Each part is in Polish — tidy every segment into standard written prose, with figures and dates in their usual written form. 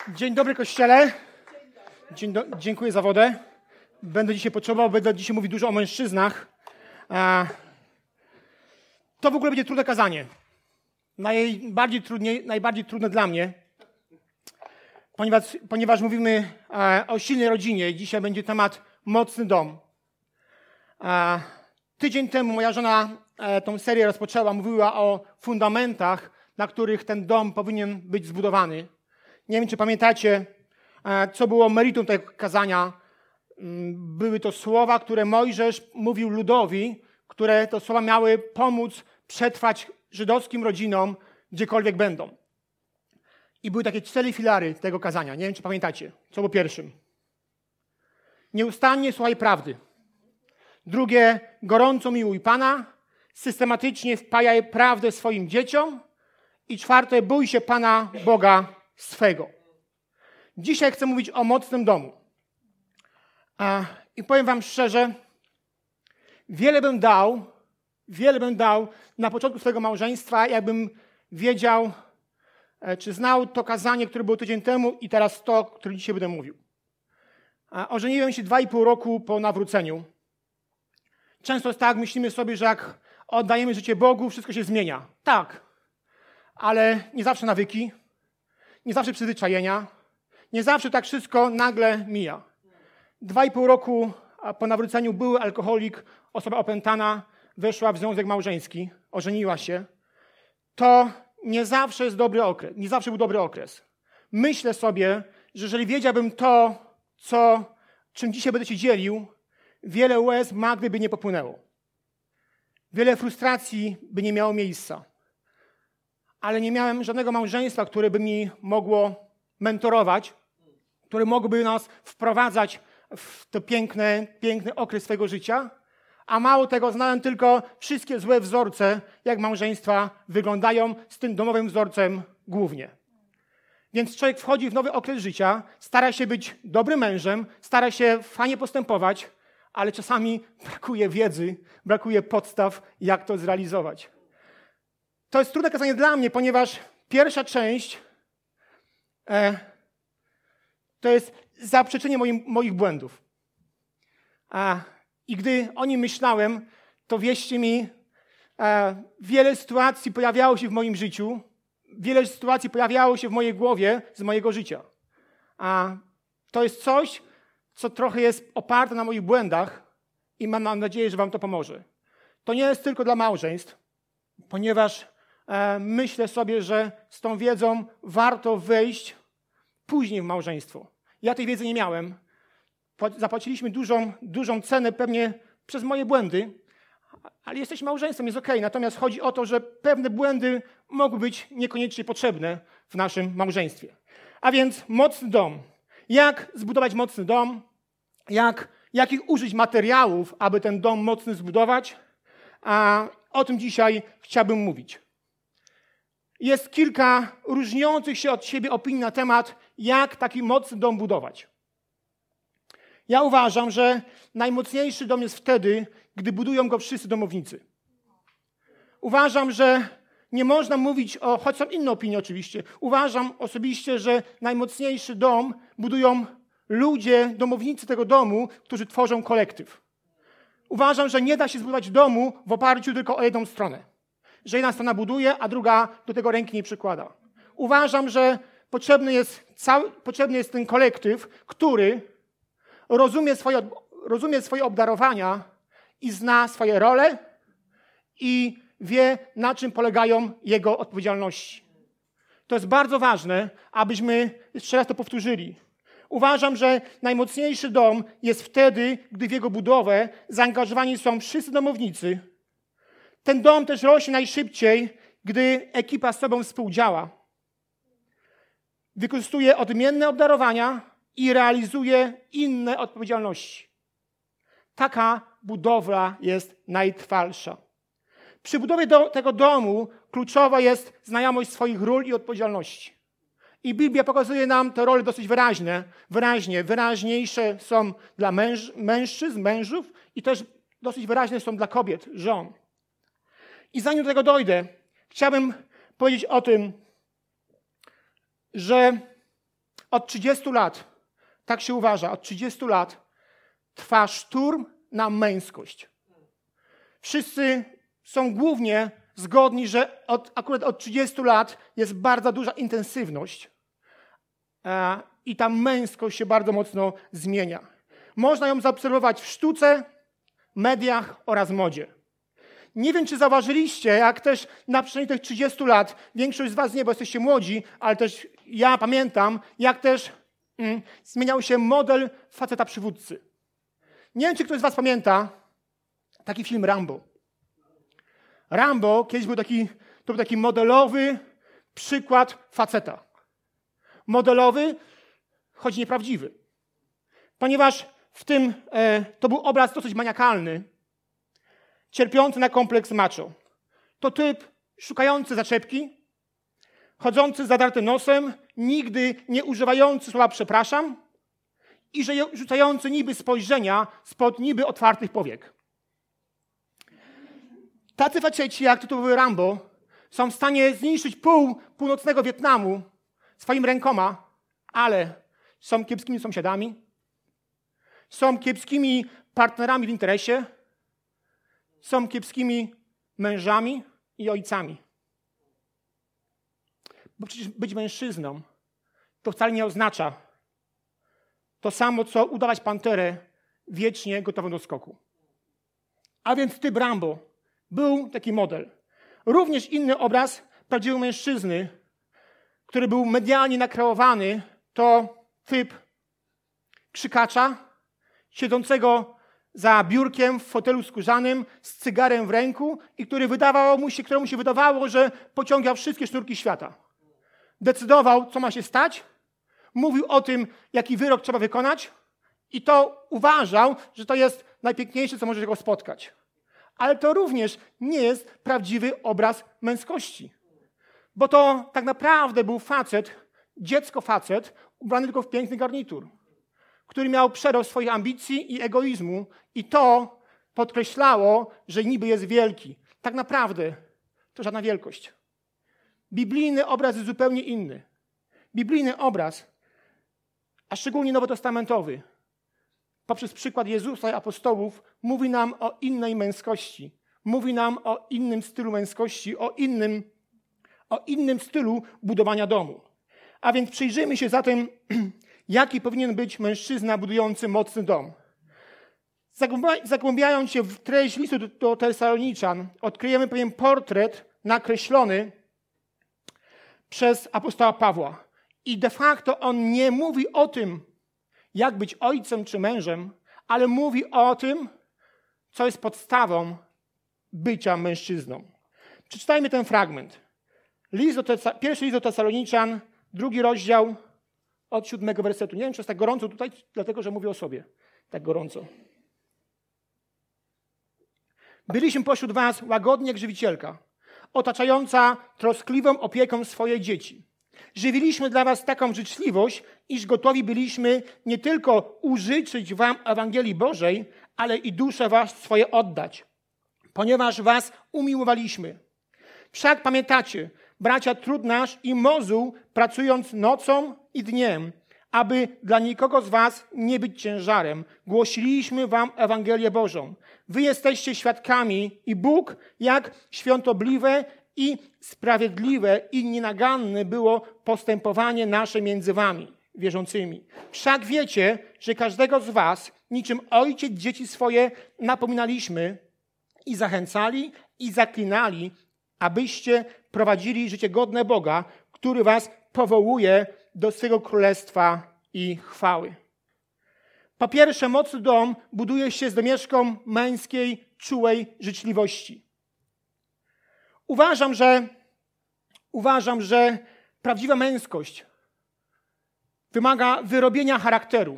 Dzień dobry, Kościele. Dziękuję za wodę. Będę dzisiaj mówić dużo o mężczyznach. To w ogóle będzie trudne kazanie. Najbardziej trudne dla mnie, ponieważ mówimy o silnej rodzinie. Dzisiaj będzie temat mocny dom. Tydzień temu moja żona tą serię rozpoczęła, mówiła o fundamentach, na których ten dom powinien być zbudowany. Nie wiem, czy pamiętacie, co było meritum tego kazania. Były to słowa, które Mojżesz mówił ludowi, które to słowa miały pomóc przetrwać żydowskim rodzinom, gdziekolwiek będą. I były takie 4 filary tego kazania. Nie wiem, czy pamiętacie. Co było pierwszym? Nieustannie słuchaj prawdy. Drugie, gorąco miłuj Pana. Systematycznie wpajaj prawdę swoim dzieciom. I 4, bój się Pana Boga swego. Dzisiaj chcę mówić o mocnym domu. I powiem wam szczerze, wiele bym dał na początku swojego małżeństwa, jakbym wiedział, czy znał to kazanie, które było tydzień temu i teraz to, o którym dzisiaj będę mówił. Ożeniłem się 2,5 roku po nawróceniu. Często jest tak, myślimy sobie, że jak oddajemy życie Bogu, wszystko się zmienia. Tak, ale nie zawsze nawyki, nie zawsze przyzwyczajenia, nie zawsze tak wszystko nagle mija. 2,5 roku po nawróceniu były alkoholik, osoba opętana, weszła w związek małżeński, ożeniła się. To nie zawsze jest dobry okres, nie zawsze był dobry okres. Myślę sobie, że jeżeli wiedziałbym to, czym dzisiaj będę się dzielił, wiele łez Magdy by nie popłynęło. Wiele frustracji by nie miało miejsca. Ale nie miałem żadnego małżeństwa, które by mi mogło mentorować, które mogłoby nas wprowadzać w to piękny okres swojego życia. A mało tego, znałem tylko wszystkie złe wzorce, jak małżeństwa wyglądają, z tym domowym wzorcem głównie. Więc człowiek wchodzi w nowy okres życia, stara się być dobrym mężem, stara się fajnie postępować, ale czasami brakuje wiedzy, brakuje podstaw, jak to zrealizować. To jest trudne kazanie dla mnie, ponieważ pierwsza część to jest zaprzeczenie moich błędów. I gdy o nim myślałem, to wierzcie mi, wiele sytuacji pojawiało się w moim życiu, wiele sytuacji pojawiało się w mojej głowie z mojego życia. To jest coś, co trochę jest oparte na moich błędach i mam nadzieję, że wam to pomoże. To nie jest tylko dla małżeństw, ponieważ myślę sobie, że z tą wiedzą warto wejść później w małżeństwo. Ja tej wiedzy nie miałem. Zapłaciliśmy dużą cenę pewnie przez moje błędy, ale jesteśmy małżeństwem, jest okej. Natomiast chodzi o to, że pewne błędy mogły być niekoniecznie potrzebne w naszym małżeństwie. A więc mocny dom. Jak zbudować mocny dom? Jakich użyć materiałów, aby ten dom mocny zbudować? O tym dzisiaj chciałbym mówić. Jest kilka różniących się od siebie opinii na temat, jak taki mocny dom budować. Ja uważam, że najmocniejszy dom jest wtedy, gdy budują go wszyscy domownicy. Uważam, że nie można mówić choć są inne opinie oczywiście, uważam osobiście, że najmocniejszy dom budują ludzie, domownicy tego domu, którzy tworzą kolektyw. Uważam, że nie da się zbudować domu w oparciu tylko o jedną stronę. Że jedna strona buduje, a druga do tego ręki nie przykłada. Uważam, że potrzebny jest ten kolektyw, który rozumie swoje obdarowania i zna swoje role i wie, na czym polegają jego odpowiedzialności. To jest bardzo ważne, abyśmy jeszcze raz to powtórzyli. Uważam, że najmocniejszy dom jest wtedy, gdy w jego budowę zaangażowani są wszyscy domownicy. Ten dom też rośnie najszybciej, gdy ekipa z sobą współdziała. Wykorzystuje odmienne obdarowania i realizuje inne odpowiedzialności. Taka budowla jest najtrwalsza. Przy budowie tego domu kluczowa jest znajomość swoich ról i odpowiedzialności. I Biblia pokazuje nam te role dosyć wyraźniejsze są dla mężczyzn, mężów i też dosyć wyraźne są dla kobiet, żon. I zanim do tego dojdę, chciałbym powiedzieć o tym, że Od 30 lat, tak się uważa, od 30 lat trwa szturm na męskość. Wszyscy są głównie zgodni, że akurat od 30 lat jest bardzo duża intensywność i ta męskość się bardzo mocno zmienia. Można ją zaobserwować w sztuce, mediach oraz modzie. Nie wiem, czy zauważyliście, jak też na przestrzeni tych 30 lat, większość z was nie, bo jesteście młodzi, ale też ja pamiętam, jak też zmieniał się model faceta przywódcy. Nie wiem, czy ktoś z was pamięta taki film Rambo. Rambo kiedyś był taki modelowy przykład faceta. Modelowy, choć nieprawdziwy. Ponieważ w tym to był obraz dosyć maniakalny, cierpiący na kompleks macho. To typ szukający zaczepki, chodzący z zadartym nosem, nigdy nie używający słowa przepraszam i rzucający niby spojrzenia spod niby otwartych powiek. Tacy faceci jak tytułowy Rambo są w stanie zniszczyć pół północnego Wietnamu swoimi rękoma, ale są kiepskimi sąsiadami, są kiepskimi partnerami w interesie, są kiepskimi mężami i ojcami. Bo przecież być mężczyzną to wcale nie oznacza to samo, co udawać panterę wiecznie gotową do skoku. A więc typ Rambo był taki model. Również inny obraz prawdziwego mężczyzny, który był medialnie nakreowany, to typ krzykacza, siedzącego za biurkiem w fotelu skórzanym, z cygarem w ręku i któremu się wydawało, że pociąga wszystkie sznurki świata. Decydował, co ma się stać, mówił o tym, jaki wyrok trzeba wykonać i to uważał, że to jest najpiękniejsze, co może go spotkać. Ale to również nie jest prawdziwy obraz męskości. Bo to tak naprawdę był dziecko facet, ubrany tylko w piękny garnitur, który miał przerost swoich ambicji i egoizmu i to podkreślało, że niby jest wielki. Tak naprawdę to żadna wielkość. Biblijny obraz jest zupełnie inny. Biblijny obraz, a szczególnie nowotestamentowy, poprzez przykład Jezusa i apostołów, mówi nam o innej męskości. Mówi nam o innym stylu męskości, o innym stylu budowania domu. A więc przyjrzyjmy się zatem, jaki powinien być mężczyzna budujący mocny dom. Zagłębiając się w treść listu do Tesaloniczan, odkryjemy pewien portret nakreślony przez apostoła Pawła. I de facto on nie mówi o tym, jak być ojcem czy mężem, ale mówi o tym, co jest podstawą bycia mężczyzną. Przeczytajmy ten fragment. Pierwszy list do Tesaloniczan, 2 rozdział od 7 wersetu. Nie wiem, czy jest tak gorąco tutaj, dlatego, że mówię o sobie. Tak gorąco. Byliśmy pośród was łagodni jak żywicielka, otaczająca troskliwą opieką swoje dzieci. Żywiliśmy dla was taką życzliwość, iż gotowi byliśmy nie tylko użyczyć wam Ewangelii Bożej, ale i duszę was swoje oddać, ponieważ was umiłowaliśmy. Wszak pamiętacie, bracia, trud nasz i mozuł, pracując nocą i dniem, aby dla nikogo z was nie być ciężarem, głosiliśmy wam Ewangelię Bożą. Wy jesteście świadkami i Bóg, jak świątobliwe i sprawiedliwe i nienaganne było postępowanie nasze między wami, wierzącymi. Wszak wiecie, że każdego z was, niczym ojciec dzieci swoje, napominaliśmy i zachęcali i zaklinali, abyście prowadzili życie godne Boga, który was powołuje do swego królestwa i chwały. Po pierwsze, mocny dom buduje się z domieszką męskiej, czułej życzliwości. Uważam, że prawdziwa męskość wymaga wyrobienia charakteru,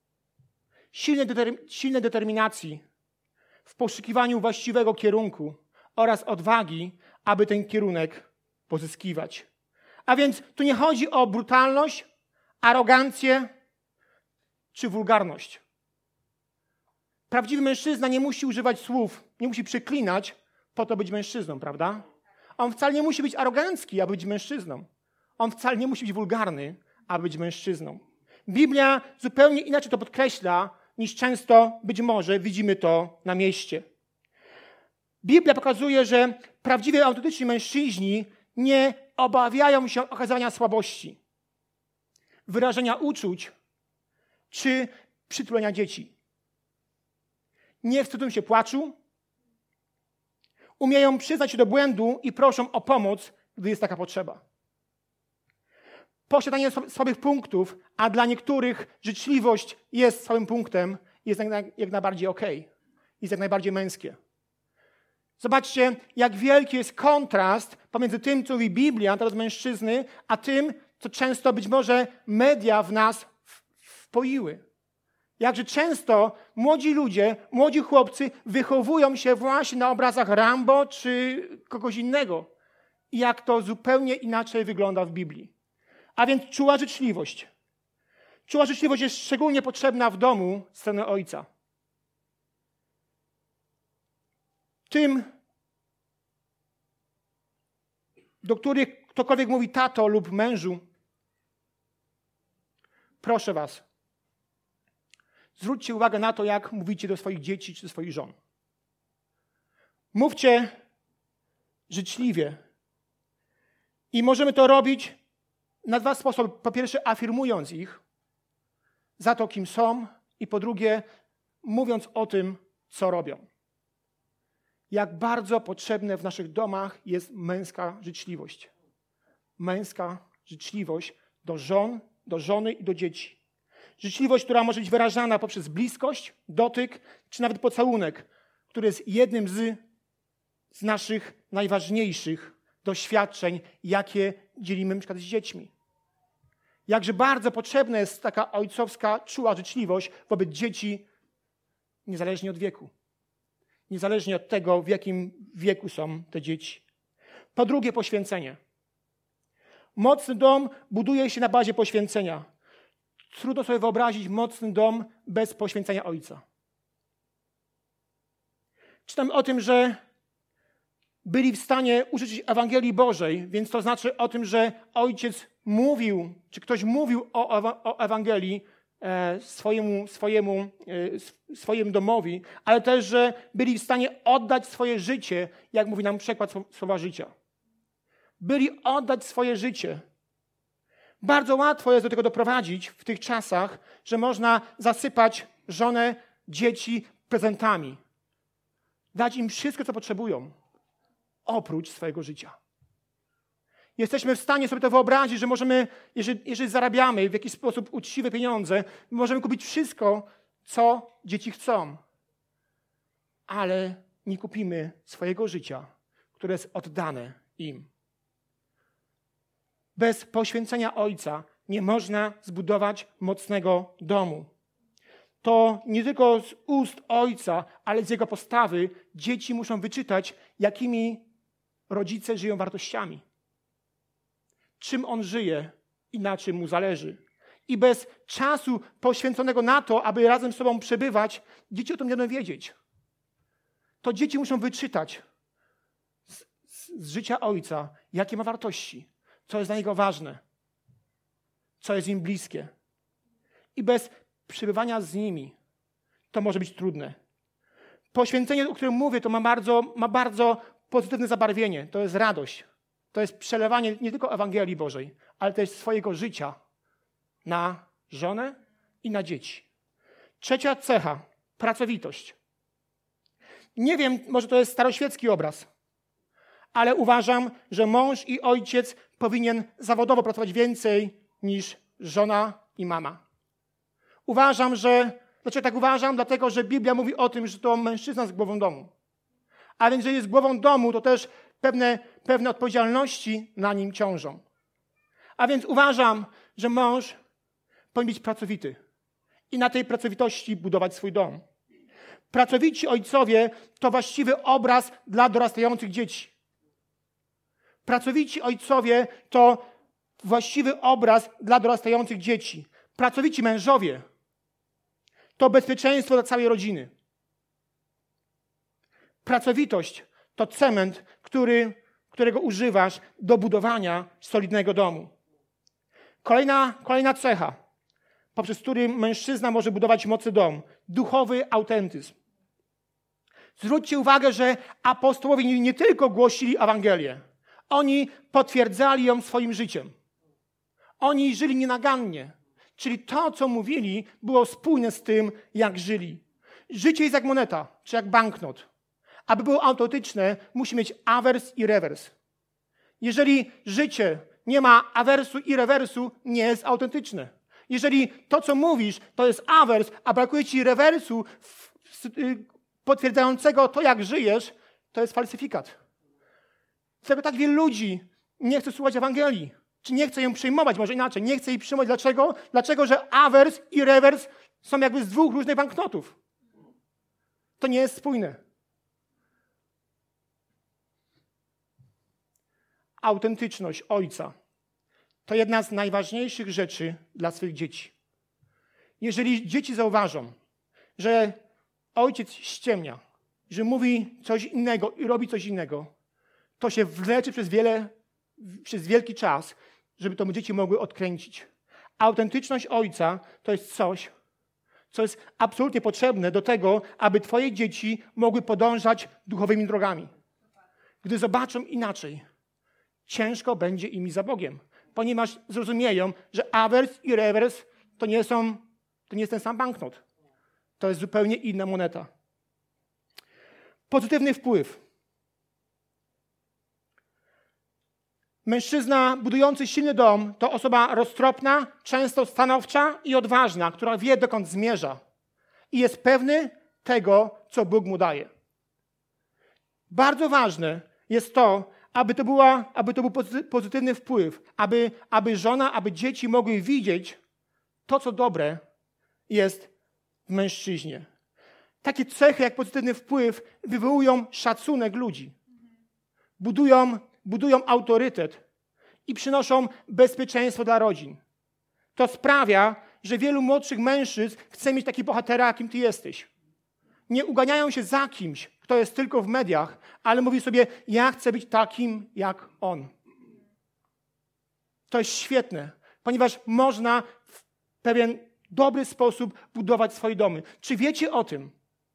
silnej determinacji w poszukiwaniu właściwego kierunku oraz odwagi, aby ten kierunek pozyskiwać. A więc tu nie chodzi o brutalność, arogancję czy wulgarność. Prawdziwy mężczyzna nie musi używać słów, nie musi przeklinać po to być mężczyzną, prawda? On wcale nie musi być arogancki, aby być mężczyzną. On wcale nie musi być wulgarny, aby być mężczyzną. Biblia zupełnie inaczej to podkreśla, niż często być może widzimy to na mieście. Biblia pokazuje, że prawdziwi, autentyczni mężczyźni nie obawiają się okazywania słabości, wyrażenia uczuć czy przytulenia dzieci. Nie wstydzą się płaczu, umieją przyznać się do błędu i proszą o pomoc, gdy jest taka potrzeba. Posiadanie słabych punktów, a dla niektórych życzliwość jest słabym punktem, jest jak najbardziej okej. Jest jak najbardziej męskie. Zobaczcie, jak wielki jest kontrast pomiędzy tym, co mówi Biblia na temat mężczyzny, a tym, co często być może media w nas wpoiły. Jakże często młodzi ludzie, młodzi chłopcy wychowują się właśnie na obrazach Rambo czy kogoś innego. I jak to zupełnie inaczej wygląda w Biblii. A więc czuła życzliwość. Czuła życzliwość jest szczególnie potrzebna w domu ze strony ojca. Tym, do których ktokolwiek mówi tato lub mężu, proszę was, zwróćcie uwagę na to, jak mówicie do swoich dzieci czy do swoich żon. Mówcie życzliwie. I możemy to robić na dwa sposoby. Po pierwsze, afirmując ich za to, kim są, i po drugie, mówiąc o tym, co robią. Jak bardzo potrzebne w naszych domach jest męska życzliwość. Męska życzliwość do żon, do żony i do dzieci. Życzliwość, która może być wyrażana poprzez bliskość, dotyk, czy nawet pocałunek, który jest jednym z naszych najważniejszych doświadczeń, jakie dzielimy na przykład z dziećmi. Jakże bardzo potrzebna jest taka ojcowska, czuła życzliwość wobec dzieci, niezależnie od wieku. Niezależnie od tego, w jakim wieku są te dzieci. Po drugie, poświęcenie. Mocny dom buduje się na bazie poświęcenia. Trudno sobie wyobrazić mocny dom bez poświęcenia ojca. Czytam o tym, że byli w stanie użyć Ewangelii Bożej, więc to znaczy o tym, że ojciec mówił, czy ktoś mówił o Ewangelii swojemu domowi, ale też, że byli w stanie oddać swoje życie, jak mówi nam przekład Słowa Życia. Byli oddać swoje życie. Bardzo łatwo jest do tego doprowadzić w tych czasach, że można zasypać żonę, dzieci prezentami. Dać im wszystko, co potrzebują, oprócz swojego życia. Jesteśmy w stanie sobie to wyobrazić, że możemy, jeżeli zarabiamy w jakiś sposób uczciwe pieniądze, możemy kupić wszystko, co dzieci chcą. Ale nie kupimy swojego życia, które jest oddane im. Bez poświęcenia ojca nie można zbudować mocnego domu. To nie tylko z ust ojca, ale z jego postawy dzieci muszą wyczytać, jakimi rodzice żyją wartościami. Czym on żyje i na czym mu zależy. I bez czasu poświęconego na to, aby razem z sobą przebywać, dzieci o tym nie będą wiedzieć. To dzieci muszą wyczytać z życia ojca, jakie ma wartości, co jest dla niego ważne, co jest im bliskie. I bez przebywania z nimi to może być trudne. Poświęcenie, o którym mówię, to ma bardzo pozytywne zabarwienie. To jest radość. To jest przelewanie nie tylko Ewangelii Bożej, ale też swojego życia na żonę i na dzieci. Trzecia cecha, pracowitość. Nie wiem, może to jest staroświecki obraz, ale uważam, że mąż i ojciec powinien zawodowo pracować więcej niż żona i mama. Dlaczego tak uważam? Dlatego, że Biblia mówi o tym, że to mężczyzna jest głową domu. A więc, jeżeli jest głową domu, to też pewne odpowiedzialności na nim ciążą. A więc uważam, że mąż powinien być pracowity i na tej pracowitości budować swój dom. Pracowici ojcowie to właściwy obraz dla dorastających dzieci. Pracowici ojcowie to właściwy obraz dla dorastających dzieci. Pracowici mężowie to bezpieczeństwo dla całej rodziny. Pracowitość to cement, którego używasz do budowania solidnego domu. Kolejna cecha, poprzez który mężczyzna może budować mocny dom. Duchowy autentyzm. Zwróćcie uwagę, że apostołowie nie tylko głosili Ewangelię. Oni potwierdzali ją swoim życiem. Oni żyli nienagannie. Czyli to, co mówili, było spójne z tym, jak żyli. Życie jest jak moneta, czy jak banknot. Aby było autentyczne, musi mieć awers i rewers. Jeżeli życie nie ma awersu i rewersu, nie jest autentyczne. Jeżeli to, co mówisz, to jest awers, a brakuje ci rewersu potwierdzającego to, jak żyjesz, to jest falsyfikat. Dlatego tak wielu ludzi nie chce słuchać Ewangelii. Czy nie chce ją przyjmować, może inaczej. Nie chce jej przyjmować. Dlaczego? Dlaczego, że awers i rewers są jakby z dwóch różnych banknotów. To nie jest spójne. Autentyczność ojca to jedna z najważniejszych rzeczy dla swych dzieci. Jeżeli dzieci zauważą, że ojciec ściemnia, że mówi coś innego i robi coś innego, to się wleczy przez wielki czas, żeby to dzieci mogły odkręcić. Autentyczność ojca to jest coś, co jest absolutnie potrzebne do tego, aby twoje dzieci mogły podążać duchowymi drogami. Gdy zobaczą inaczej, ciężko będzie im za Bogiem, ponieważ zrozumieją, że awers i rewers to nie jest ten sam banknot. To jest zupełnie inna moneta. Pozytywny wpływ. Mężczyzna budujący silny dom to osoba roztropna, często stanowcza i odważna, która wie, dokąd zmierza i jest pewny tego, co Bóg mu daje. Bardzo ważne jest to, aby to był pozytywny wpływ, aby żona, aby dzieci mogły widzieć to, co dobre jest w mężczyźnie. Takie cechy jak pozytywny wpływ wywołują szacunek ludzi. Budują autorytet i przynoszą bezpieczeństwo dla rodzin. To sprawia, że wielu młodszych mężczyzn chce mieć taki bohatera, jakim ty jesteś. Nie uganiają się za kimś, kto jest tylko w mediach, ale mówi sobie, ja chcę być takim jak on. To jest świetne, ponieważ można w pewien dobry sposób budować swoje domy. Czy wiecie o tym,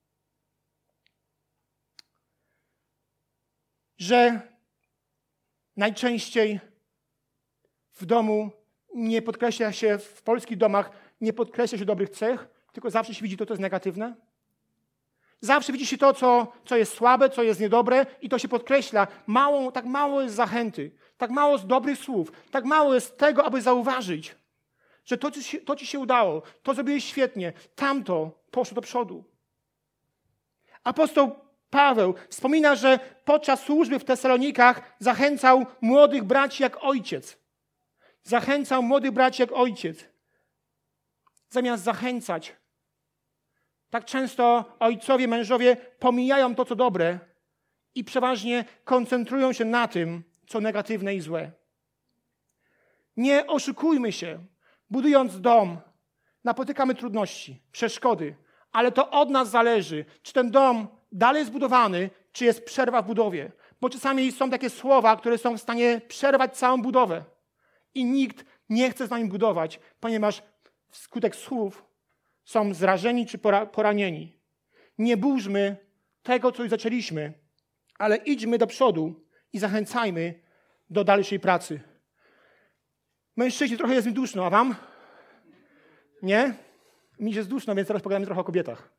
że najczęściej w domu nie podkreśla się, w polskich domach nie podkreśla się dobrych cech, tylko zawsze się widzi to, co jest negatywne? Zawsze widzi się to, co jest słabe, co jest niedobre i to się podkreśla. Tak mało jest zachęty, tak mało jest dobrych słów, tak mało jest tego, aby zauważyć, że to ci się udało, to zrobiłeś świetnie, tamto poszło do przodu. Apostoł Paweł wspomina, że podczas służby w Tesalonikach zachęcał młodych braci jak ojciec. Zachęcał młodych braci jak ojciec. Zamiast zachęcać, tak często ojcowie, mężowie pomijają to, co dobre i przeważnie koncentrują się na tym, co negatywne i złe. Nie oszukujmy się. Budując dom, napotykamy trudności, przeszkody, ale to od nas zależy, czy ten dom dalej jest budowany, czy jest przerwa w budowie. Bo czasami są takie słowa, które są w stanie przerwać całą budowę. I nikt nie chce z nami budować, ponieważ wskutek słów są zrażeni czy poranieni. Nie burzmy tego, co już zaczęliśmy, ale idźmy do przodu i zachęcajmy do dalszej pracy. Mężczyźni, trochę jest mi duszno, a wam? Nie? Mi jest duszno, więc teraz pogadamy trochę o kobietach.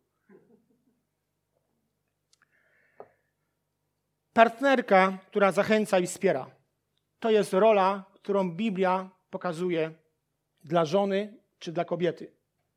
Partnerka, która zachęca i wspiera. To jest rola, którą Biblia pokazuje dla żony czy dla kobiety.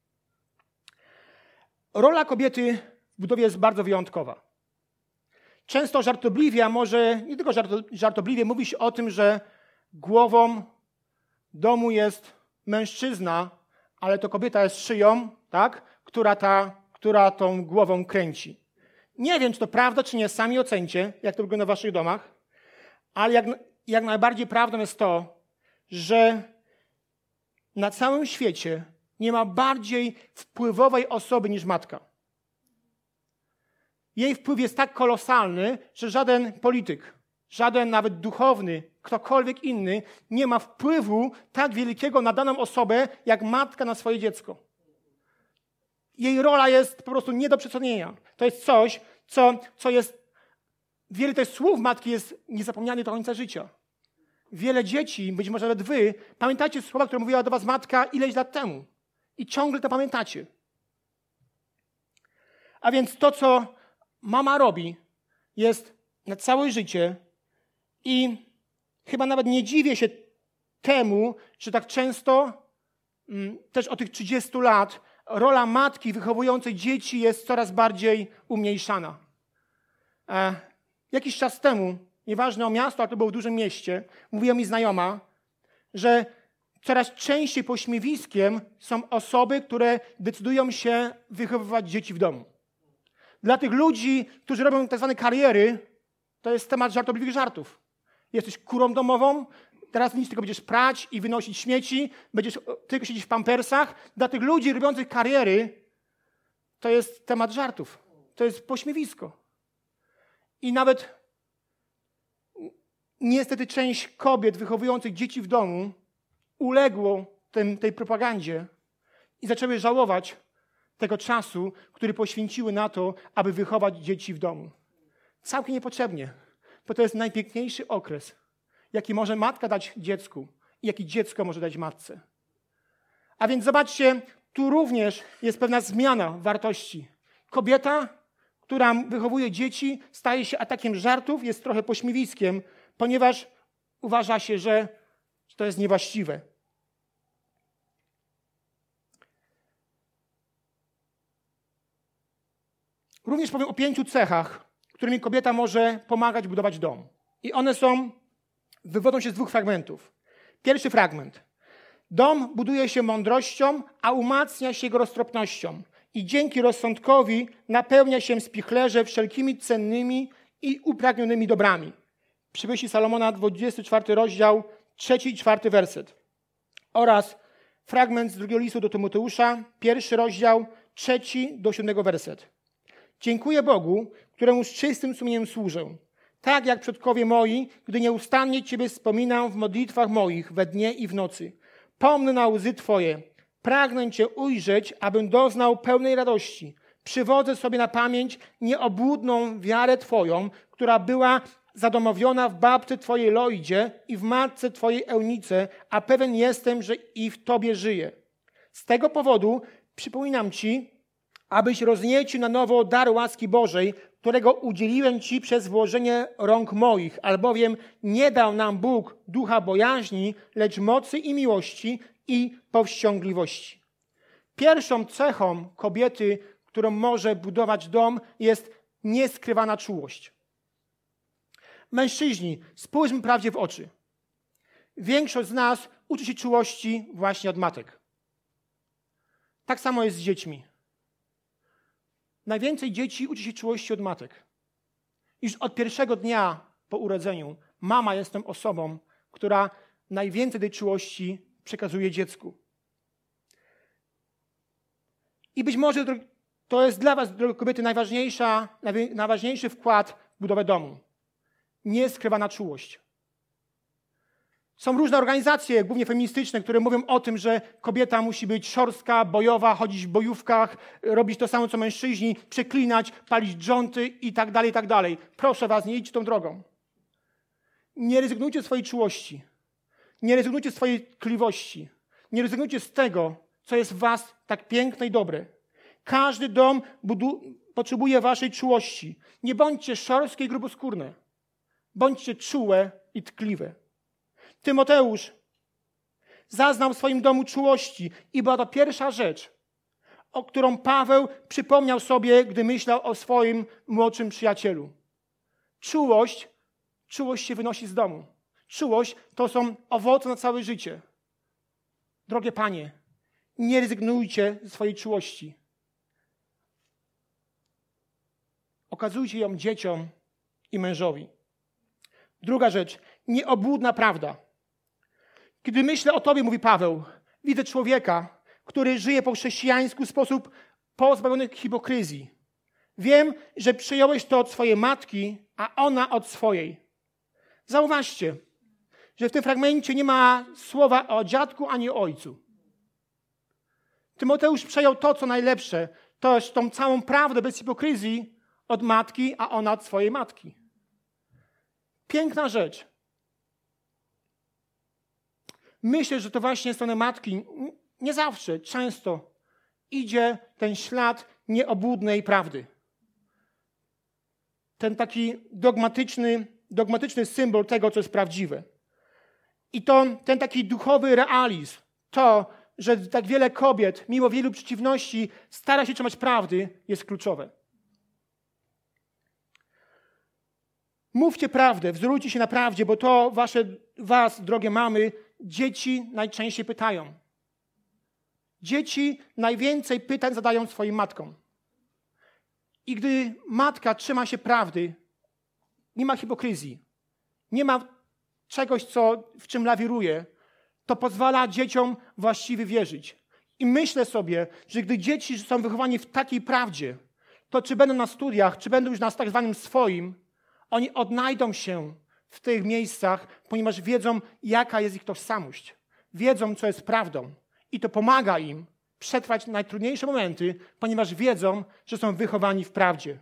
Rola kobiety w budowie jest bardzo wyjątkowa. Często żartobliwie, a może nie tylko żartobliwie, mówi się o tym, że głową domu jest mężczyzna, ale to kobieta jest szyją, tak? która tą głową kręci. Nie wiem, czy to prawda, czy nie, sami ocencie, jak to wygląda w waszych domach, ale jak najbardziej prawdą jest to, że na całym świecie nie ma bardziej wpływowej osoby niż matka. Jej wpływ jest tak kolosalny, że żaden polityk, żaden nawet duchowny ktokolwiek inny nie ma wpływu tak wielkiego na daną osobę, jak matka na swoje dziecko. Jej rola jest po prostu nie do przecenienia. To jest coś, co jest... Wiele też słów matki jest niezapomniane do końca życia. Wiele dzieci, być może nawet wy, pamiętacie słowa, które mówiła do was matka ileś lat temu. I ciągle to pamiętacie. A więc to, co mama robi, jest na całe życie i chyba nawet nie dziwię się temu, że tak często, też od tych 30 lat, rola matki wychowującej dzieci jest coraz bardziej umniejszana. Jakiś czas temu, nieważne o miasto, ale to było w dużym mieście, mówiła mi znajoma, że coraz częściej pośmiewiskiem są osoby, które decydują się wychowywać dzieci w domu. Dla tych ludzi, którzy robią tak zwane kariery, to jest temat żartobliwych żartów. Jesteś kurą domową, teraz nic, tylko będziesz prać i wynosić śmieci, będziesz tylko siedzieć w pampersach. Dla tych ludzi robiących kariery to jest temat żartów. To jest pośmiewisko. I nawet niestety część kobiet wychowujących dzieci w domu uległo tej propagandzie i zaczęły żałować tego czasu, który poświęciły na to, aby wychować dzieci w domu. Całkiem niepotrzebnie, bo to jest najpiękniejszy okres, jaki może matka dać dziecku i jaki dziecko może dać matce. A więc zobaczcie, tu również jest pewna zmiana wartości. Kobieta, która wychowuje dzieci, staje się atakiem żartów, jest trochę pośmiewiskiem, ponieważ uważa się, że to jest niewłaściwe. Również powiem o 5 cechach, którymi kobieta może pomagać budować dom. I one wywodzą się z 2 fragmentów. Pierwszy fragment. Dom buduje się mądrością, a umacnia się jego roztropnością. I dzięki rozsądkowi napełnia się spichlerze wszelkimi cennymi i upragnionymi dobrami. Przypowieści Salomona, 24 rozdział, 3 i 4 werset. Oraz fragment z 2 listu do Tymoteusza, 1 rozdział, 3 do 7 werset. Dziękuję Bogu, któremu z czystym sumieniem służę. Tak jak przodkowie moi, gdy nieustannie Ciebie wspominam w modlitwach moich we dnie i w nocy. Pomnę na łzy Twoje. Pragnę Cię ujrzeć, abym doznał pełnej radości. Przywodzę sobie na pamięć nieobłudną wiarę Twoją, która była zadomowiona w babce Twojej Loidzie i w matce Twojej Eunice, a pewien jestem, że i w Tobie żyję. Z tego powodu przypominam Ci, abyś rozniecił na nowo dar łaski Bożej, którego udzieliłem Ci przez włożenie rąk moich, albowiem nie dał nam Bóg ducha bojaźni, lecz mocy i miłości i powściągliwości. Pierwszą cechą kobiety, którą może budować dom, jest nieskrywana czułość. Mężczyźni, spójrzmy prawdzie w oczy. Większość z nas uczy się czułości właśnie od matek. Tak samo jest z dziećmi. Najwięcej dzieci uczy się czułości od matek. Już od pierwszego dnia po urodzeniu mama jest tą osobą, która najwięcej tej czułości przekazuje dziecku. I być może to jest dla was, drogie kobiety, najważniejszy wkład w budowę domu. Nieskrywana czułość. Są różne organizacje, głównie feministyczne, które mówią o tym, że kobieta musi być szorstka, bojowa, chodzić w bojówkach, robić to samo co mężczyźni, przeklinać, palić dżonty i tak dalej, i tak dalej. Proszę was, nie idźcie tą drogą. Nie rezygnujcie z swojej czułości. Nie rezygnujcie z swojej tkliwości. Nie rezygnujcie z tego, co jest w was tak piękne i dobre. Każdy dom potrzebuje waszej czułości. Nie bądźcie szorskie i gruboskórne. Bądźcie czułe i tkliwe. Tymoteusz zaznał w swoim domu czułości i była to pierwsza rzecz, o którą Paweł przypomniał sobie, gdy myślał o swoim młodszym przyjacielu. Czułość się wynosi z domu. Czułość to są owoce na całe życie. Drogie panie, nie rezygnujcie ze swojej czułości. Okazujcie ją dzieciom i mężowi. Druga rzecz, nieobłudna prawda. Kiedy myślę o tobie, mówi Paweł, widzę człowieka, który żyje po chrześcijańsku w sposób pozbawiony hipokryzji. Wiem, że przyjąłeś to od swojej matki, a ona od swojej. Zauważcie, że w tym fragmencie nie ma słowa o dziadku ani o ojcu. Tymoteusz przejął to, co najlepsze, tą całą prawdę bez hipokryzji od matki, a ona od swojej matki. Piękna rzecz. Myślę, że to właśnie z strony matki nie zawsze, często idzie ten ślad nieobłudnej prawdy. Ten taki dogmatyczny symbol tego, co jest prawdziwe. I ten taki duchowy realizm, to, że tak wiele kobiet, mimo wielu przeciwności, stara się trzymać prawdy, jest kluczowe. Mówcie prawdę, wzorujcie się na prawdzie, bo to was, drogie mamy, dzieci najczęściej pytają. Dzieci najwięcej pytań zadają swoim matkom. I gdy matka trzyma się prawdy, nie ma hipokryzji, nie ma czegoś, w czym lawiruje, to pozwala dzieciom właściwie wierzyć. I myślę sobie, że gdy dzieci są wychowani w takiej prawdzie, to czy będą na studiach, czy będą już na tak zwanym swoim, oni odnajdą się w tych miejscach, ponieważ wiedzą, jaka jest ich tożsamość. Wiedzą, co jest prawdą. I to pomaga im przetrwać najtrudniejsze momenty, ponieważ wiedzą, że są wychowani w prawdzie.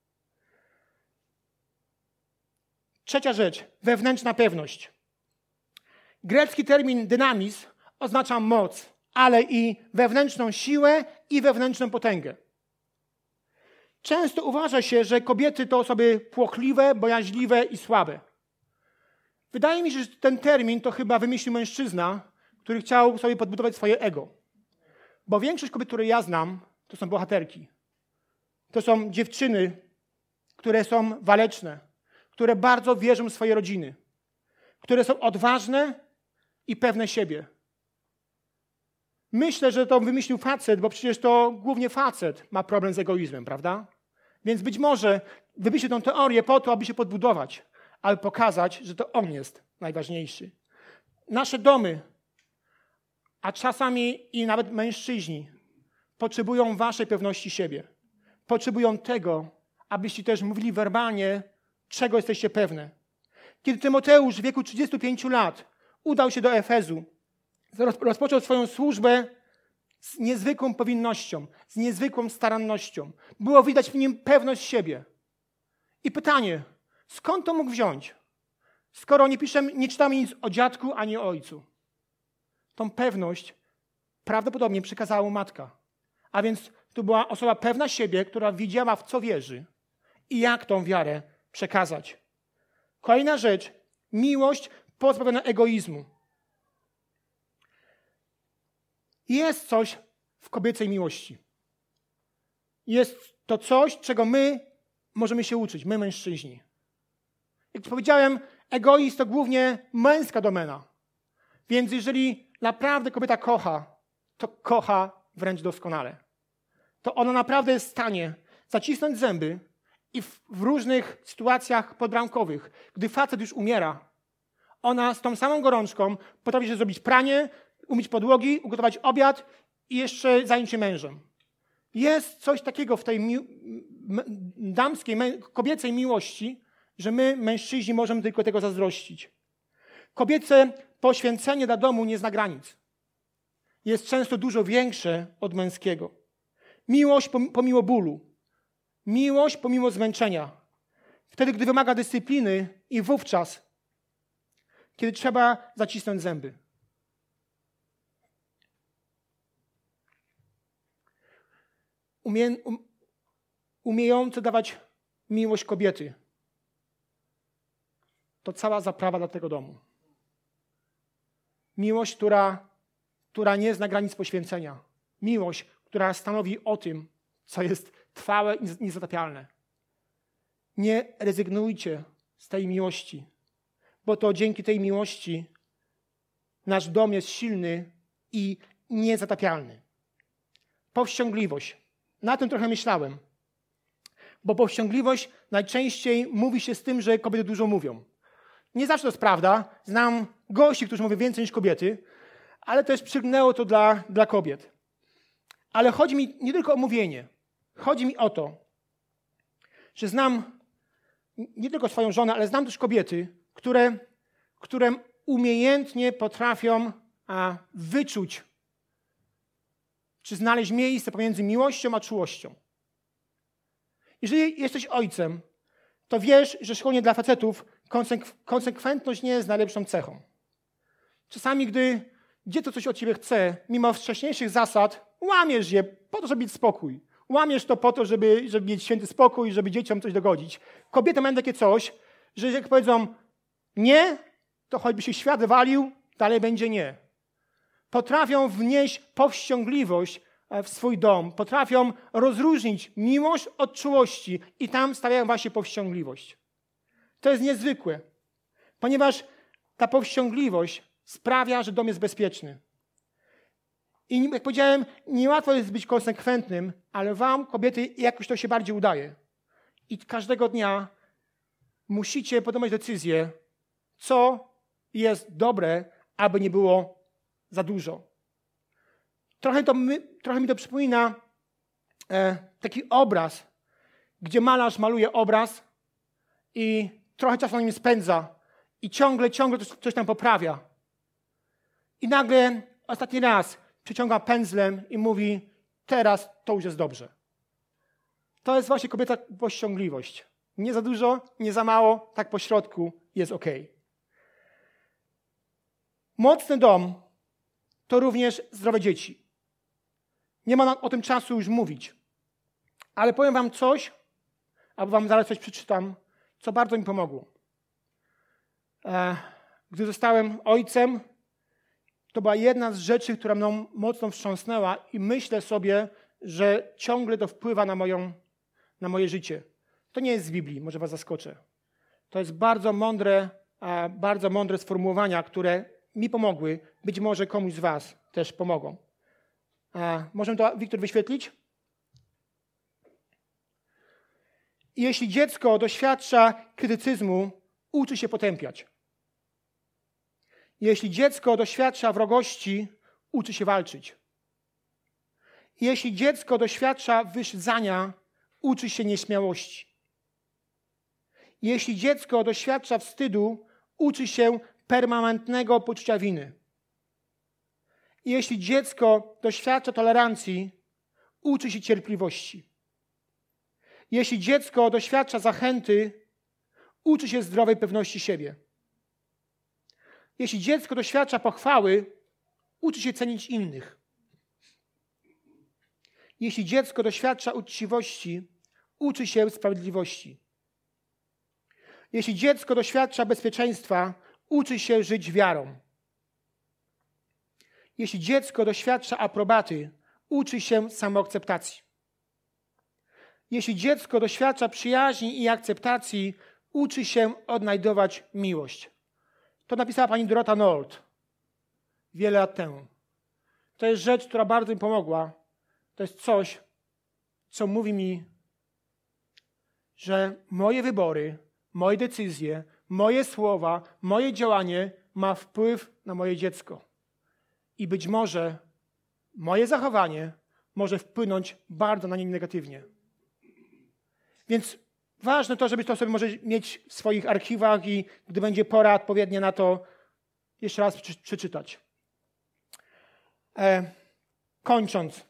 Trzecia rzecz, wewnętrzna pewność. Grecki termin dynamizm oznacza moc, ale i wewnętrzną siłę i wewnętrzną potęgę. Często uważa się, że kobiety to osoby płochliwe, bojaźliwe i słabe. Wydaje mi się, że ten termin to chyba wymyślił mężczyzna, który chciał sobie podbudować swoje ego. Bo większość kobiet, które ja znam, to są bohaterki. To są dziewczyny, które są waleczne, które bardzo wierzą w swoje rodziny, które są odważne i pewne siebie. Myślę, że to wymyślił facet, bo przecież to głównie facet ma problem z egoizmem, prawda? Więc być może wymyślił tę teorię po to, aby się podbudować, ale pokazać, że to on jest najważniejszy. Nasze domy, a czasami i nawet mężczyźni, potrzebują waszej pewności siebie. Potrzebują tego, abyście też mówili werbalnie, czego jesteście pewne. Kiedy Tymoteusz w wieku 35 lat udał się do Efezu, rozpoczął swoją służbę z niezwykłą powinnością, z niezwykłą starannością. Było widać w nim pewność siebie. I pytanie, skąd to mógł wziąć? Skoro nie czytamy nic o dziadku ani o ojcu. Tą pewność prawdopodobnie przekazała mu matka. A więc to była osoba pewna siebie, która wiedziała, w co wierzy i jak tą wiarę przekazać. Kolejna rzecz, miłość pozbawiona egoizmu. Jest coś w kobiecej miłości. Jest to coś, czego my możemy się uczyć, my mężczyźni. Jak powiedziałem, egoizm to głównie męska domena. Więc jeżeli naprawdę kobieta kocha, to kocha wręcz doskonale. To ona naprawdę jest w stanie zacisnąć zęby i w różnych sytuacjach podbramkowych, gdy facet już umiera, ona z tą samą gorączką potrafi się zrobić pranie, umyć podłogi, ugotować obiad i jeszcze zająć się mężem. Jest coś takiego w tej kobiecej miłości, że my, mężczyźni, możemy tylko tego zazdrościć. Kobiece poświęcenie dla domu nie zna granic. Jest często dużo większe od męskiego. Miłość pomimo bólu. Miłość pomimo zmęczenia. Wtedy, gdy wymaga dyscypliny i wówczas, kiedy trzeba zacisnąć zęby. Umiejące dawać miłość kobiety. To cała zaprawa dla tego domu. Miłość, która nie zna granic poświęcenia. Miłość, która stanowi o tym, co jest trwałe i niezatapialne. Nie rezygnujcie z tej miłości, bo to dzięki tej miłości nasz dom jest silny i niezatapialny. Powściągliwość. Na tym trochę myślałem. Bo powściągliwość najczęściej mówi się z tym, że kobiety dużo mówią. Nie zawsze to jest prawda. Znam gości, którzy mówią więcej niż kobiety, ale też przygnęło to dla kobiet. Ale chodzi mi nie tylko o mówienie. Chodzi mi o to, że znam nie tylko swoją żonę, ale znam też kobiety, które umiejętnie potrafią wyczuć, czy znaleźć miejsce pomiędzy miłością a czułością. Jeżeli jesteś ojcem, to wiesz, że szczególnie dla facetów konsekwentność nie jest najlepszą cechą. Czasami, gdy dziecko coś od ciebie chce, mimo wcześniejszych zasad, łamiesz je po to, żeby mieć spokój. Łamiesz to po to, żeby mieć święty spokój, żeby dzieciom coś dogodzić. Kobiety mają takie coś, że jak powiedzą nie, to choćby się świat walił, dalej będzie nie. Potrafią wnieść powściągliwość w swój dom. Potrafią rozróżnić miłość od czułości i tam stawiają właśnie powściągliwość. To jest niezwykłe, ponieważ ta powściągliwość sprawia, że dom jest bezpieczny. I jak powiedziałem, niełatwo jest być konsekwentnym, ale wam, kobiety, jakoś to się bardziej udaje. I każdego dnia musicie podjąć decyzję, co jest dobre, aby nie było za dużo. Trochę mi to przypomina taki obraz, gdzie malarz maluje obraz i trochę czasu na nim spędza i ciągle coś tam poprawia. I nagle ostatni raz przyciąga pędzlem i mówi, teraz to już jest dobrze. To jest właśnie kobieta powściągliwość. Nie za dużo, nie za mało, tak po środku jest ok. Mocny dom to również zdrowe dzieci. Nie ma o tym czasu już mówić. Ale powiem wam coś, albo wam zaraz coś przeczytam, co bardzo mi pomogło. Gdy zostałem ojcem, to była jedna z rzeczy, która mną mocno wstrząsnęła i myślę sobie, że ciągle to wpływa na moje życie. To nie jest z Biblii, może was zaskoczę. To jest bardzo mądre sformułowania, które mi pomogły, być może komuś z was też pomogą. Możemy to, Wiktor, wyświetlić? Jeśli dziecko doświadcza krytycyzmu, uczy się potępiać. Jeśli dziecko doświadcza wrogości, uczy się walczyć. Jeśli dziecko doświadcza wyszydzania, uczy się nieśmiałości. Jeśli dziecko doświadcza wstydu, uczy się permanentnego poczucia winy. Jeśli dziecko doświadcza tolerancji, uczy się cierpliwości. Jeśli dziecko doświadcza zachęty, uczy się zdrowej pewności siebie. Jeśli dziecko doświadcza pochwały, uczy się cenić innych. Jeśli dziecko doświadcza uczciwości, uczy się sprawiedliwości. Jeśli dziecko doświadcza bezpieczeństwa, uczy się żyć wiarą. Jeśli dziecko doświadcza aprobaty, uczy się samoakceptacji. Jeśli dziecko doświadcza przyjaźni i akceptacji, uczy się odnajdować miłość. To napisała pani Dorota Nold wiele lat temu. To jest rzecz, która bardzo mi pomogła. To jest coś, co mówi mi, że moje wybory, moje decyzje, moje słowa, moje działanie ma wpływ na moje dziecko. I być może moje zachowanie może wpłynąć bardzo na nie negatywnie. Więc ważne to, żeby to sobie może mieć w swoich archiwach i gdy będzie pora odpowiednia na to, jeszcze raz przeczytać. Kończąc.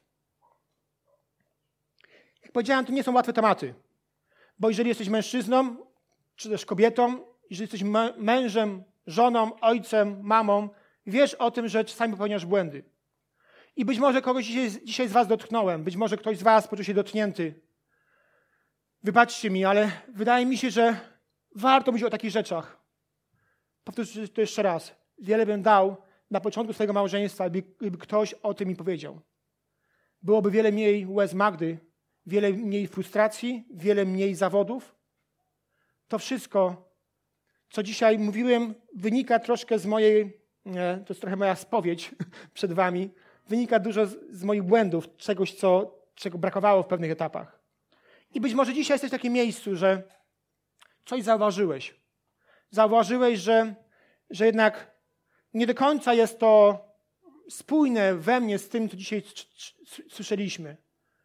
Jak powiedziałem, to nie są łatwe tematy. Bo jeżeli jesteś mężczyzną, czy też kobietą, jeżeli jesteś mężem, żoną, ojcem, mamą, wiesz o tym, że czasami popełniasz błędy. I być może kogoś dzisiaj z was dotknąłem, być może ktoś z was poczuł się dotknięty. Wybaczcie mi, ale wydaje mi się, że warto mówić o takich rzeczach. Powtórzę to jeszcze raz. Wiele bym dał na początku swojego małżeństwa, gdyby ktoś o tym mi powiedział. Byłoby wiele mniej łez Magdy, wiele mniej frustracji, wiele mniej zawodów. To wszystko, co dzisiaj mówiłem, wynika troszkę z mojej, to jest trochę moja spowiedź przed wami, wynika dużo z moich błędów, czegoś, czego brakowało w pewnych etapach. I być może dzisiaj jesteś w takim miejscu, że coś zauważyłeś. Zauważyłeś, że jednak nie do końca jest to spójne we mnie z tym, co dzisiaj słyszeliśmy.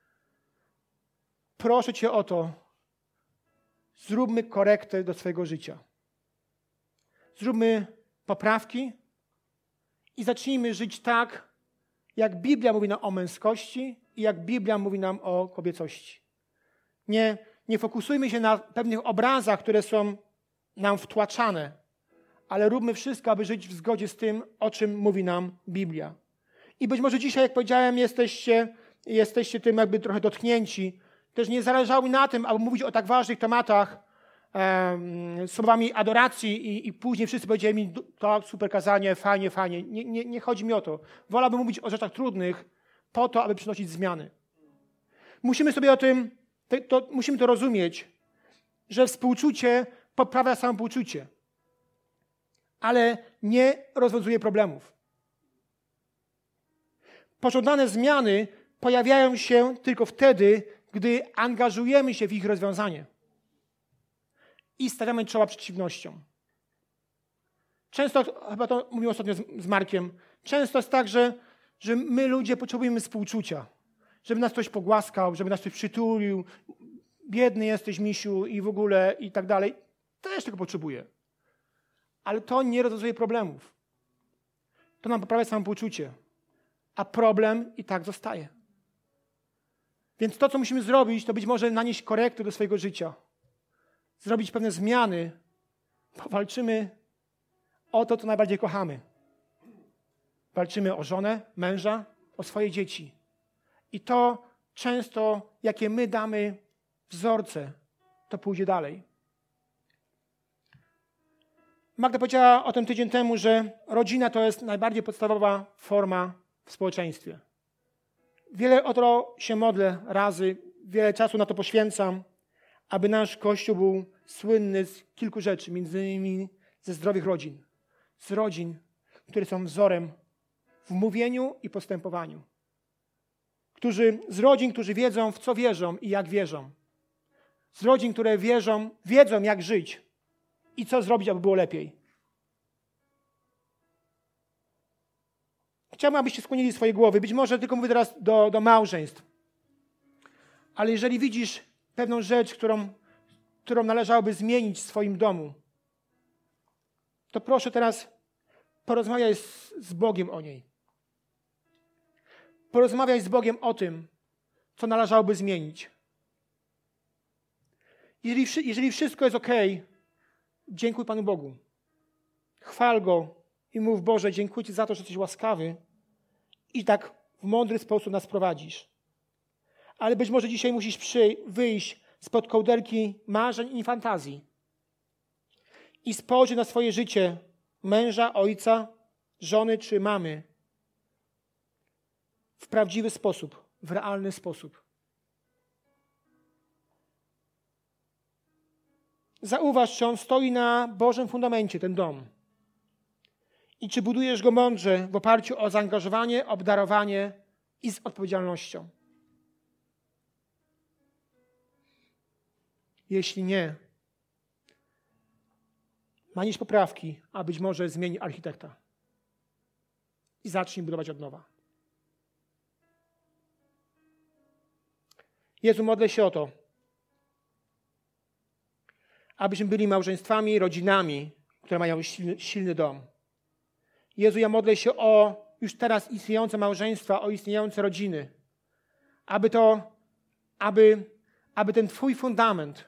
Proszę cię o to, zróbmy korektę do swojego życia. poprawki i zacznijmy żyć tak, jak Biblia mówi nam o męskości i jak Biblia mówi nam o kobiecości. Nie fokusujmy się na pewnych obrazach, które są nam wtłaczane, ale róbmy wszystko, aby żyć w zgodzie z tym, o czym mówi nam Biblia. I być może dzisiaj, jak powiedziałem, jesteście tym jakby trochę dotknięci. Też nie zależało mi na tym, aby mówić o tak ważnych tematach słowami adoracji i później wszyscy powiedzieli mi, tak, super kazanie, fajnie, fajnie. Nie chodzi mi o to. Wolałbym mówić o rzeczach trudnych po to, aby przynosić zmiany. Musimy sobie musimy to rozumieć, że współczucie poprawia samopoczucie, ale nie rozwiązuje problemów. Pożądane zmiany pojawiają się tylko wtedy, gdy angażujemy się w ich rozwiązanie i stawiamy czoła przeciwnościom. Często, chyba to mówiłem ostatnio z Markiem, często jest tak, że my ludzie potrzebujemy współczucia, żeby nas ktoś pogłaskał, żeby nas ktoś przytulił, biedny jesteś, misiu i w ogóle i tak dalej. Też tego potrzebuję. Ale to nie rozwiązuje problemów. To nam poprawia samopoczucie, a problem i tak zostaje. Więc to, co musimy zrobić, to być może nanieść korekty do swojego życia. Zrobić pewne zmiany, bo walczymy o to, co najbardziej kochamy. Walczymy o żonę, męża, o swoje dzieci. I to często, jakie my damy wzorce, to pójdzie dalej. Magda powiedziała o tym tydzień temu, że rodzina to jest najbardziej podstawowa forma w społeczeństwie. Wiele o to się modlę razy, wiele czasu na to poświęcam, aby nasz Kościół był słynny z kilku rzeczy, między innymi ze zdrowych rodzin. Z rodzin, które są wzorem w mówieniu i postępowaniu. Z rodzin, którzy wiedzą, w co wierzą i jak wierzą. Z rodzin, które wiedzą, jak żyć i co zrobić, aby było lepiej. Chciałbym, abyście skłonili swoje głowy. Być może tylko mówię teraz do małżeństw. Ale jeżeli widzisz pewną rzecz, którą należałoby zmienić w swoim domu, to proszę teraz porozmawiaj z Bogiem o niej. Porozmawiaj z Bogiem o tym, co należałoby zmienić. Jeżeli wszystko jest okej, dziękuj Panu Bogu. Chwal Go i mów: Boże, dziękuję Ci za to, że jesteś łaskawy i tak w mądry sposób nas prowadzisz. Ale być może dzisiaj musisz wyjść spod kołderki marzeń i fantazji i spojrzeć na swoje życie męża, ojca, żony czy mamy w prawdziwy sposób, w realny sposób. Zauważ, czy on stoi na Bożym fundamencie, ten dom. I czy budujesz go mądrze w oparciu o zaangażowanie, obdarowanie i z odpowiedzialnością. Jeśli nie, nanieś poprawki, a być może zmieni architekta. I zacznij budować od nowa. Jezu, modlę się o to, abyśmy byli małżeństwami, rodzinami, które mają silny dom. Jezu, ja modlę się o już teraz istniejące małżeństwa, o istniejące rodziny. Aby ten Twój fundament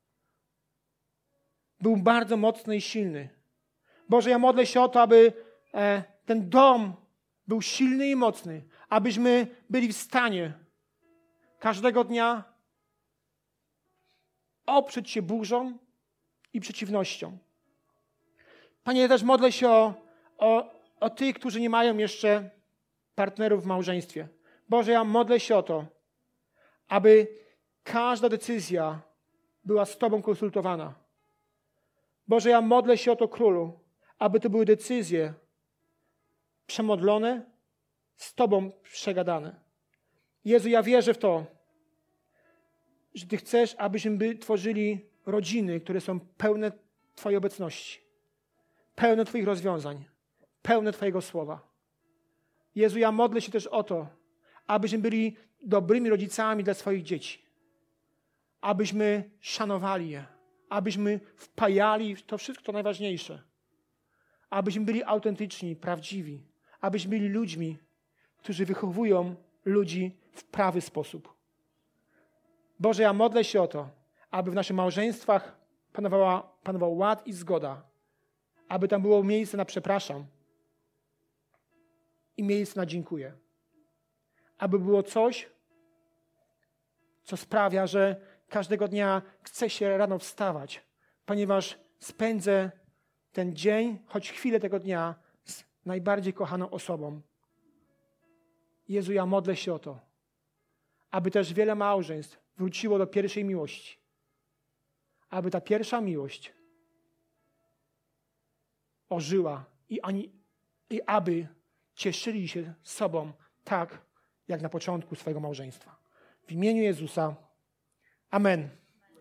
był bardzo mocny i silny. Boże, ja modlę się o to, aby ten dom był silny i mocny. Abyśmy byli w stanie każdego dnia oprzeć się burzą i przeciwnością. Panie, ja też modlę się o tych, którzy nie mają jeszcze partnerów w małżeństwie. Boże, ja modlę się o to, aby każda decyzja była z Tobą konsultowana. Boże, ja modlę się o to, Królu, aby to były decyzje przemodlone, z Tobą przegadane. Jezu, ja wierzę w to, że Ty chcesz, abyśmy tworzyli rodziny, które są pełne Twojej obecności, pełne Twoich rozwiązań, pełne Twojego słowa. Jezu, ja modlę się też o to, abyśmy byli dobrymi rodzicami dla swoich dzieci, abyśmy szanowali je, abyśmy wpajali to wszystko, co najważniejsze, abyśmy byli autentyczni, prawdziwi, abyśmy byli ludźmi, którzy wychowują ludzi w prawy sposób. Boże, ja modlę się o to, aby w naszych małżeństwach panował ład i zgoda, aby tam było miejsce na przepraszam i miejsce na dziękuję. Aby było coś, co sprawia, że każdego dnia chce się rano wstawać, ponieważ spędzę ten dzień, choć chwilę tego dnia z najbardziej kochaną osobą. Jezu, ja modlę się o to, aby też wiele małżeństw wróciło do pierwszej miłości. Aby ta pierwsza miłość ożyła i aby cieszyli się sobą tak, jak na początku swojego małżeństwa. W imieniu Jezusa. Amen.